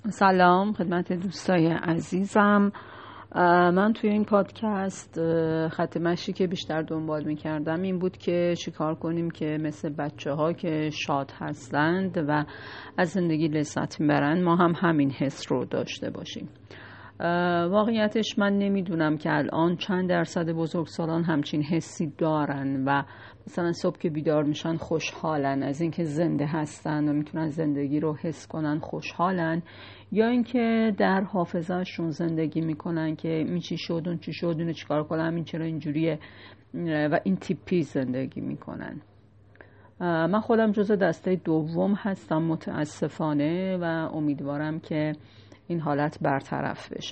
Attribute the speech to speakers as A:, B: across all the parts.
A: سلام خدمت دوستای عزیزم. من توی این پادکست خط مشی که بیشتر دنبال میکردم این بود که چیکار کنیم که مثل بچه ها که شاد هستند و از زندگی لذت میبرند ما هم همین حس رو داشته باشیم. واقعیتش من نمیدونم که الان چند درصد بزرگسالان همچین حسی دارن و مثلا صبح که بیدار میشن خوشحالن از اینکه زنده هستن و میتونن زندگی رو حس کنن، خوشحالن، یا اینکه در حافظه‌شون زندگی میکنن که این چی شد اون چی شد اینو چیکار کنم این چرا اینجوریه و این تیپی زندگی میکنن. من خودم جزو دسته دوم هستم متاسفانه و امیدوارم که این حالت برطرف بشه.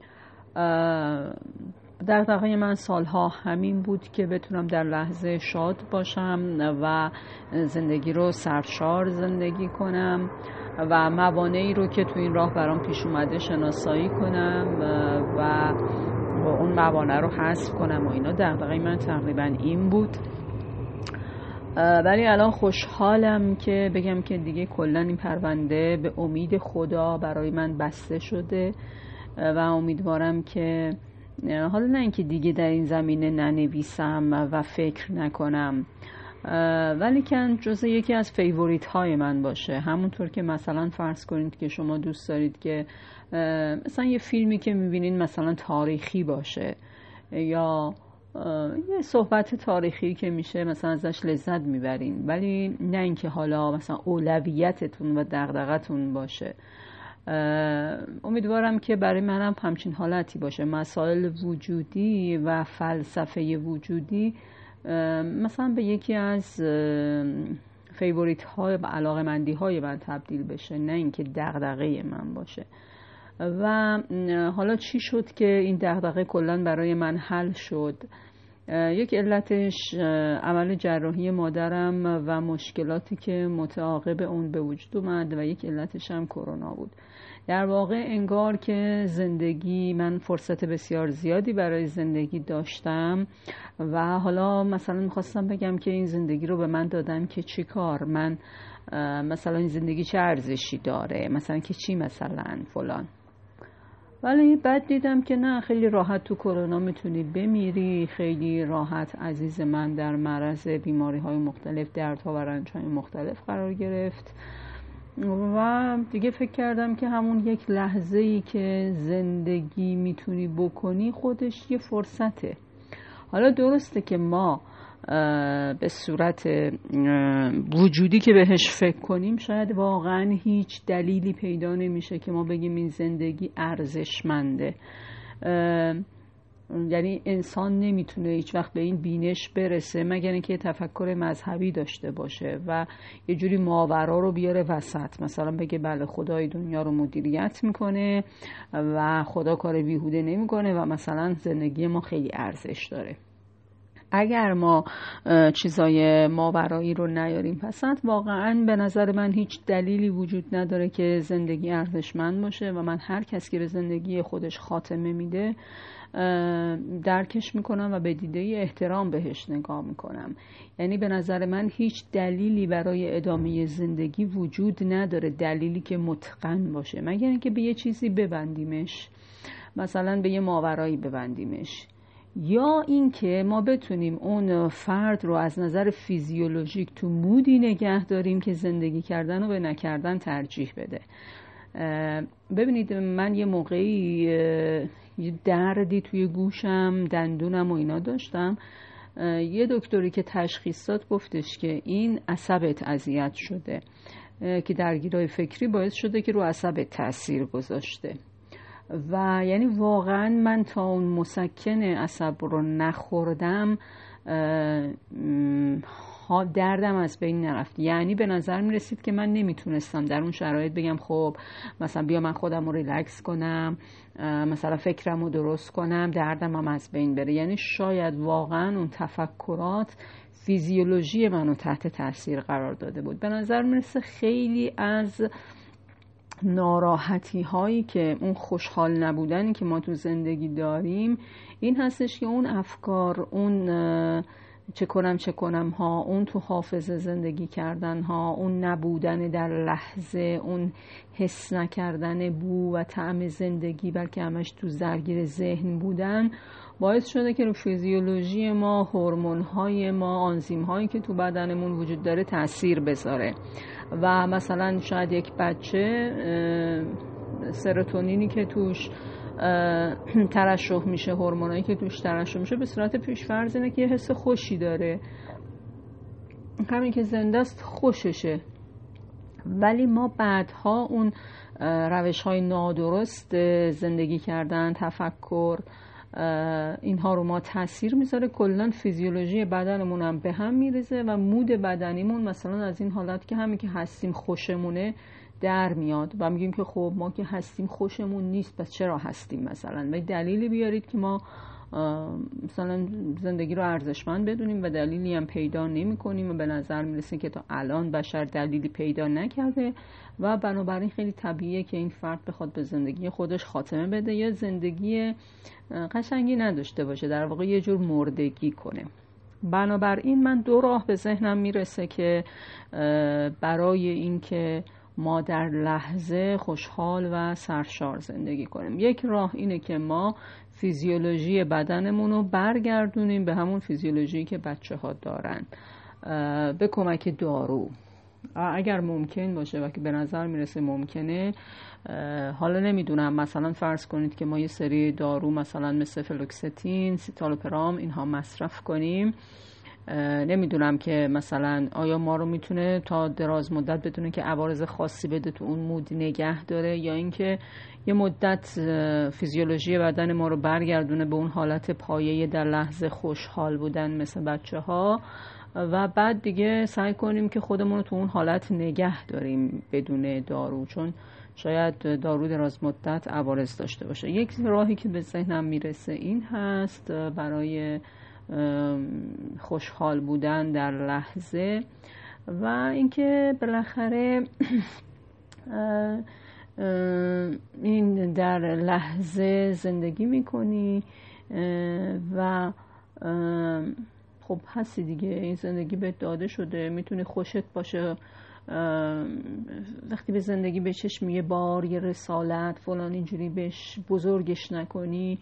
A: دغدغه من سالها همین بود که بتونم در لحظه شاد باشم و زندگی رو سرشار زندگی کنم و موانعی رو که تو این راه برام پیش اومده شناسایی کنم و اون موانع رو حذف کنم و اینا. دغدغه من تقریبا این بود. ولی الان خوشحالم که بگم که دیگه کلا این پرونده به امید خدا برای من بسته شده و امیدوارم که حالا نه اینکه دیگه در این زمینه ننویسم و فکر نکنم، ولی که جزء یکی از فیوریت های من باشه. همونطور که مثلا فرض کنید که شما دوست دارید که مثلا یه فیلمی که میبینین مثلا تاریخی باشه یا یه صحبت تاریخی که میشه مثلا ازش لذت میبرین، ولی نه اینکه حالا مثلا اولویتتون و دغدغتون باشه. امیدوارم که برای منم همچین حالتی باشه. مسائل وجودی و فلسفه وجودی مثلا به یکی از فیوریت های و علاقه‌مندی های من تبدیل بشه، نه اینکه دغدغه من باشه. و حالا چی شد که این دغدغه کلا برای من حل شد؟ یک علتش عمل جراحی مادرم و مشکلاتی که متعاقب اون به وجود اومد و یک علتش هم کرونا بود. در واقع انگار که زندگی، من فرصت بسیار زیادی برای زندگی داشتم و حالا مثلا میخواستم بگم که این زندگی رو به من دادن که چی کار، من مثلا این زندگی چه ارزشی داره، مثلا که چی مثلا فلان. ولی بعد دیدم که نه، خیلی راحت تو کرونا میتونی بمیری، خیلی راحت عزیز من در معرض بیماری های مختلف، دردها و رنج های مختلف قرار گرفت و دیگه فکر کردم که همون یک لحظه‌ای که زندگی میتونی بکنی خودش یه فرصته. حالا درسته که ما به صورت وجودی که بهش فکر کنیم شاید واقعا هیچ دلیلی پیدا نمیشه که ما بگیم این زندگی ارزشمنده. یعنی انسان نمیتونه هیچ وقت به این بینش برسه مگر اینکه تفکر مذهبی داشته باشه و یه جوری ماورا رو بیاره وسط، مثلا بگه بله خدای دنیا رو مدیریت میکنه و خدا کار بیهوده نمیکنه و مثلا زندگی ما خیلی ارزش داره. اگر ما چیزای ماورایی رو نیاریم پسند، واقعا به نظر من هیچ دلیلی وجود نداره که زندگی ارزشمند باشه و من هر کسی که به زندگی خودش خاتمه میده درکش میکنم و به دیده احترام بهش نگاه میکنم. یعنی به نظر من هیچ دلیلی برای ادامه زندگی وجود نداره، دلیلی که متقن باشه، مگر اینکه به یه چیزی ببندیمش، مثلا به یه ماورایی ببندیمش، یا اینکه ما بتونیم اون فرد رو از نظر فیزیولوژیک تو مودی نگه داریم که زندگی کردن و به نکردن ترجیح بده. ببینید من یه موقعی یه دردی توی گوشم، دندونم و اینا داشتم. یه دکتری که تشخیص داد گفتش که این عصبت اذیت شده که درگیرهای فکری باعث شده که رو عصبت تأثیر گذاشته. و یعنی واقعا من تا اون مسکن عصب رو نخوردم دردم از بین نرفت. یعنی به نظر می رسید که من نمیتونستم در اون شرایط بگم خب مثلا بیا من خودم رو ریلکس کنم، مثلا فکرم رو درست کنم، دردم هم از بین بره. یعنی شاید واقعا اون تفکرات فیزیولوژی منو تحت تاثیر قرار داده بود. به نظر می رسید خیلی از ناراحتی هایی که اون خوشحال نبودنی که ما تو زندگی داریم این هستش که اون افکار، اون چه کنم ها، اون تو حافظه زندگی کردن ها، اون نبودن در لحظه، اون حس نکردن بو و طعم زندگی، بلکه همش تو درگیر ذهن بودن، باعث شده که رو فیزیولوژی ما، هورمون های ما، آنزیم هایی که تو بدنمون وجود داره تأثیر بذاره. و مثلا شاید یک بچه سروتونینی که توش ترشح میشه، هورمونایی که توش ترشح میشه، به صورت پیش‌فرض اینه که یه حس خوشی داره، همین که زنده است خوششه. ولی ما بعدها اون روش‌های نادرست زندگی کردن، تفکر، اینها رو ما تاثیر میذاره، کلا فیزیولوژی بدنمون هم به هم میریزه و مود بدنیمون مثلا از این حالت که همین که هستیم خوشمونه در میاد و میگیم که خب ما که هستیم خوشمون نیست، پس چرا هستیم مثلا؟ و دلیلی بیارید که ما مثلا زندگی رو ارزشمند بدونیم و دلیلی هم پیدا نمی کنیم و به نظر میرسه که تا الان بشر دلیلی پیدا نکرده و بنابراین خیلی طبیعیه که این فرد بخواد به زندگی خودش خاتمه بده یا زندگی قشنگی نداشته باشه، در واقع یه جور مردگی کنه. بنابراین من دو راه به ذهنم میرسه که برای این که ما در لحظه خوشحال و سرشار زندگی کنیم. یک راه اینه که ما فیزیولوژی بدنمون رو برگردونیم به همون فیزیولوژی که بچه ها دارن به کمک دارو، اگر ممکن باشه و که به نظر میرسه ممکنه. حالا نمیدونم، مثلا فرض کنید که ما یه سری دارو مثلا مثل فلوکستین، سیتالوپرام اینها مصرف کنیم، نمیدونم که مثلا آیا ما رو میتونه تا دراز مدت بدونه که عوارض خاصی بده تو اون مود نگه داره، یا اینکه یه مدت فیزیولوژی بدن ما رو برگردونه به اون حالت پایه در لحظه خوشحال بودن مثل بچه ها و بعد دیگه سعی کنیم که خودمون رو تو اون حالت نگه داریم بدون دارو، چون شاید دارو دراز مدت عوارض داشته باشه. یک راهی که به ذهنم میرسه این هست برای خوشحال بودن در لحظه و اینکه بالاخره این در لحظه زندگی میکنی و خب هستی دیگه، این زندگی بهت داده شده، میتونی خوشت باشه. وقتی به زندگی به چشم یه بار یه رسالت فلان اینجوری بهش بزرگش نکنی،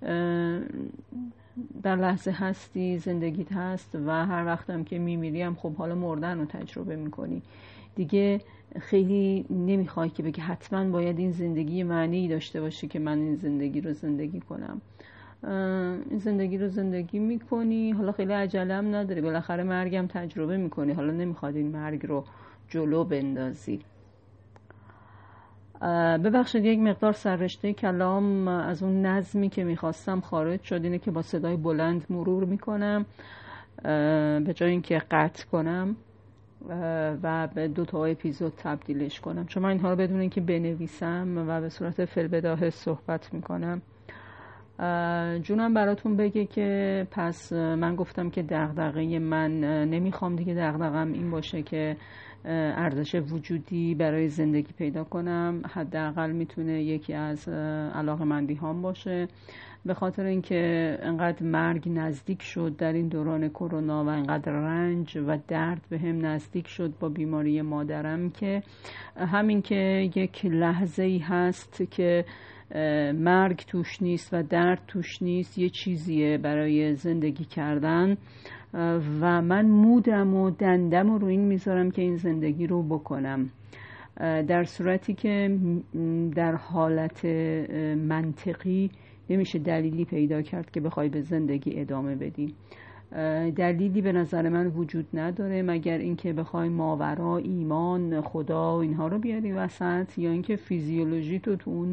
A: در لحظه هستی، زندگیت هست و هر وقتم که میمیری هم خب حالا مردن رو تجربه میکنی دیگه. خیلی نمیخوای که بگی حتما باید این زندگی معنی داشته باشه که من این زندگی رو زندگی کنم. این زندگی رو زندگی میکنی، حالا خیلی عجله هم نداری، بالاخره مرگم تجربه میکنی، حالا نمیخواد این مرگ رو جلو بندازی. ببخشید یک مقدار سررشته کلام از اون نظمی که میخواستم خارج شد، اینه که با صدای بلند مرور میکنم به جای اینکه قطع کنم و به 2 اپیزود تبدیلش کنم، چون من اینها رو بدون اینکه بنویسم و به صورت فی‌البداهه صحبت میکنم. جونم براتون بگه که پس من گفتم که دغدغه من نمیخوام دیگه دغدغه‌م این باشه که ارزش وجودی برای زندگی پیدا کنم، حداقل میتونه یکی از علاقه‌مندی هام باشه، به خاطر اینکه انقدر مرگ نزدیک شد در این دوران کرونا و انقدر رنج و درد به هم نزدیک شد با بیماری مادرم که همین که یک لحظه‌ای هست که مرگ توش نیست و درد توش نیست یه چیزیه برای زندگی کردن و من مودم و دندم رو این میذارم که این زندگی رو بکنم، در صورتی که در حالت منطقی نمیشه دلیلی پیدا کرد که بخوای به زندگی ادامه بدی. دلیلی به نظر من وجود نداره مگر اینکه بخوای ماورا، ایمان، خدا و اینها رو بیاری وسط، یا اینکه فیزیولوژی تو اون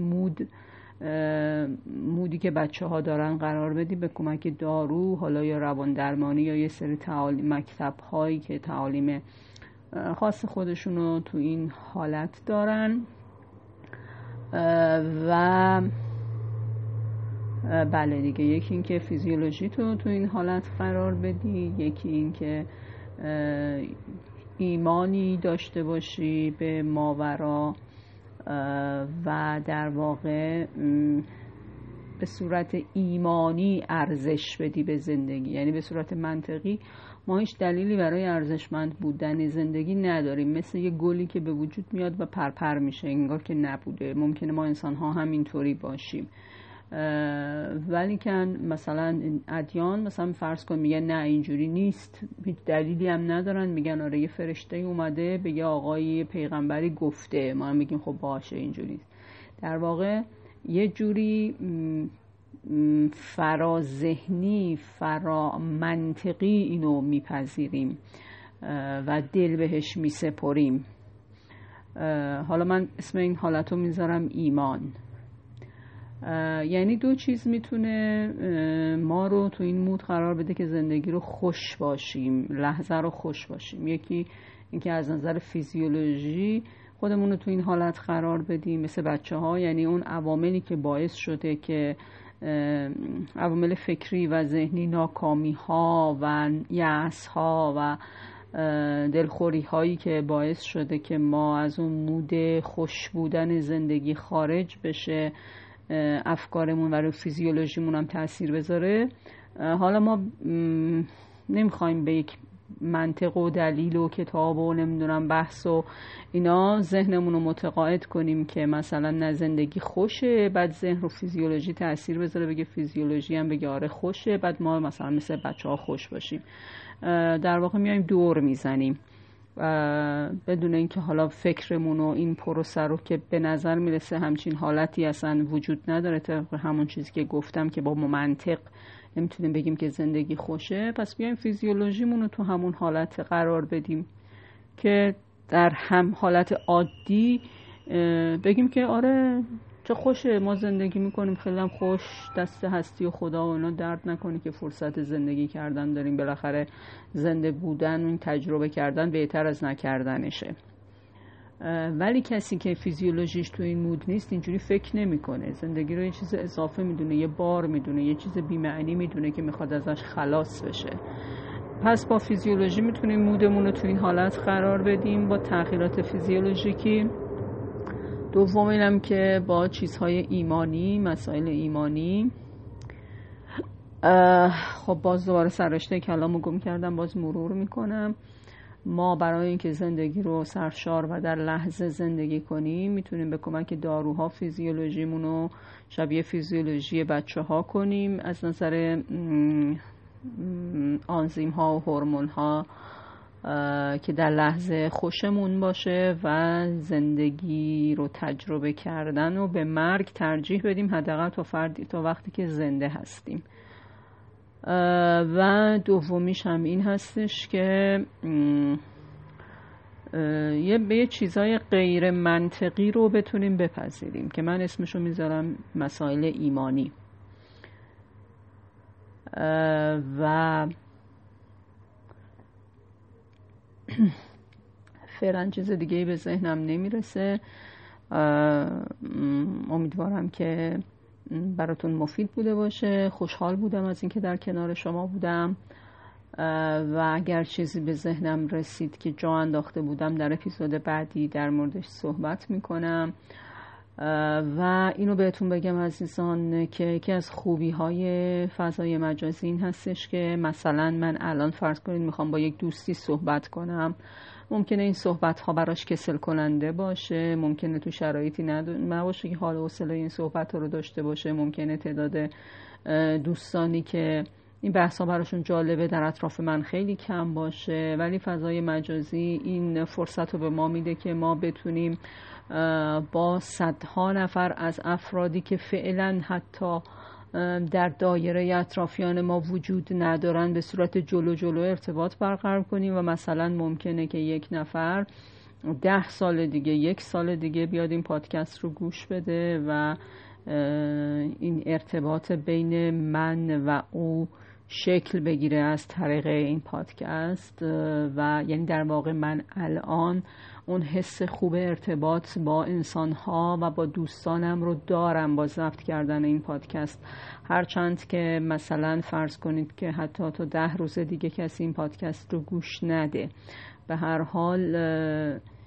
A: مودی که بچه ها دارن قرار بدی به کمک دارو، حالا یا روان درمانی یا یه سری مکتب هایی که تعالیم خاص خودشونو تو این حالت دارن. و بله دیگه، یکی این که فیزیولوژی تو این حالت قرار بدی، یکی این که ایمانی داشته باشی به ماورا و در واقع به صورت ایمانی ارزش بدی به زندگی، یعنی به صورت منطقی ما هیچ دلیلی برای ارزشمند بودن زندگی نداریم، مثل یه گلی که به وجود میاد و پرپر میشه انگار که نبوده. ممکنه ما انسان ها هم اینطوری باشیم، ولی که مثلا ادیان مثلا فرض کن میگن نه اینجوری نیست، هیچ دلیلی هم ندارن، میگن آره یه فرشته اومده به یه آقای پیغمبری گفته، ما هم میگیم خب باشه اینجوری. در واقع یه جوری فرا ذهنی فرا منطقی اینو میپذیریم و دل بهش میسپریم. حالا من اسم این حالتو میذارم ایمان. یعنی دو چیز میتونه ما رو تو این مود قرار بده که زندگی رو خوش باشیم، لحظه رو خوش باشیم. یکی اینکه از نظر فیزیولوژی خودمون رو تو این حالت قرار بدیم مثل بچه ها، یعنی اون عواملی که باعث شده که عوامل فکری و ذهنی، ناکامی ها و یأس ها و دلخوری هایی که باعث شده که ما از اون مود خوش بودن زندگی خارج بشه، افکارمون و رو فیزیولوژیمون هم تأثیر بذاره. حالا ما نمیخوایم به یک منطق و دلیل و کتاب و نمیدونم بحث و اینا ذهنمون رو متقاعد کنیم که مثلا نه زندگی خوشه بعد ذهن رو فیزیولوژی تأثیر بذاره بگه فیزیولوژی هم بگه آره خوشه بعد ما مثلا مثل بچه ها خوش باشیم. در واقع میایم دور میزنیم بدون اینکه حالا فکرمون و این پروسه رو که به نظر میرسه همچین حالتی اصلا وجود نداره، طبق همون چیزی که گفتم که با منطق نمیتونیم بگیم که زندگی خوشه، پس بیایم فیزیولوژیمون رو تو همون حالت قرار بدیم که در هم حالت عادی بگیم که آره چه خوشه ما زندگی میکنیم خیلی هم خوش، دست هستی و خدا و اینا درد نکنه که فرصت زندگی کردن داریم، بالاخره زنده بودن و تجربه کردن بهتر از نکردنشه. ولی کسی که فیزیولوژیش تو این مود نیست اینجوری فکر نمیکنه، زندگی رو یه چیز اضافه میدونه، یه بار میدونه، یه چیز بی‌معنی میدونه که میخواد ازش خلاص بشه. پس با فیزیولوژی میتونیم مودمون رو تو این حالت قرار بدیم با تغییرات فیزیولوژیکی. دوم اینم که با چیزهای ایمانی، مسائل ایمانی. خب باز دوباره سررشته کلامو گم کردم، باز مرور میکنم. ما برای اینکه زندگی رو سرشار و در لحظه زندگی کنیم میتونیم به کمک داروها فیزیولوژیمون رو شبیه فیزیولوژی بچه ها کنیم، از نظر آنزیم ها و هورمون ها که در لحظه خوشمون باشه و زندگی رو تجربه کردن و به مرگ ترجیح بدیم حداقل تا وقتی که زنده هستیم. و دومیش هم این هستش که یه چیزای غیر منطقی رو بتونیم بپذیریم که من اسمشو میذارم مسائل ایمانی. و فعلا چیز دیگه‌ای به ذهنم نمیرسه. امیدوارم که براتون مفید بوده باشه. خوشحال بودم از اینکه در کنار شما بودم و اگر چیزی به ذهنم رسید که جا انداخته بودم در اپیزود بعدی در موردش صحبت میکنم. و اینو بهتون بگم عزیزان که یکی از خوبی های فضای مجازی این هستش که مثلا من الان فرض کنید میخوام با یک دوستی صحبت کنم، ممکنه این صحبت ها براش کسل کننده باشه، ممکنه تو شرایطی نباشه که حال و حوصله این صحبت ها رو داشته باشه، ممکنه تعداد دوستانی که این بحث ها براشون جالبه در اطراف من خیلی کم باشه، ولی فضای مجازی این فرصت رو به ما میده که ما بتونیم با صدها نفر از افرادی که فعلا حتی در دایره اطرافیان ما وجود ندارن به صورت جلو ارتباط برقرار کنیم و مثلا ممکنه که یک نفر 10 سال دیگه 1 سال دیگه بیاد این پادکست رو گوش بده و این ارتباط بین من و او شکل بگیره از طریق این پادکست. و یعنی در واقع من الان اون حس خوب ارتباط با انسان‌ها و با دوستانم رو دارم با ضبط کردن این پادکست، هرچند که مثلا فرض کنید که حتی تا 10 روز دیگه کسی این پادکست رو گوش نده، به هر حال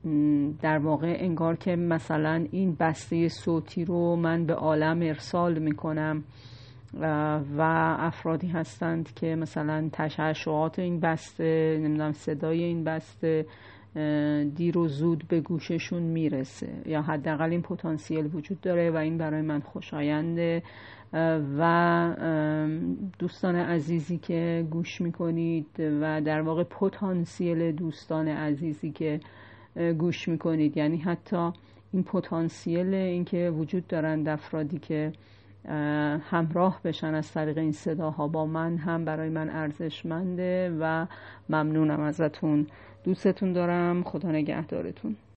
A: در واقع انگار که مثلا این بسته صوتی رو من به عالم ارسال میکنم و افرادی هستند که مثلا تشعشعات این بسته، نمیدونم صدای این بسته دیر و زود به گوششون میرسه، یا حداقل این پتانسیل وجود داره و این برای من خوشاینده. و دوستان عزیزی که گوش میکنید و در واقع پتانسیل دوستان عزیزی که گوش میکنید، یعنی حتی این پتانسیل این که وجود دارند افرادی که همراه بشن از طریق این صداها با من، هم برای من ارزشمنده و ممنونم ازتون. دوستتون دارم. خدا نگهدارتون.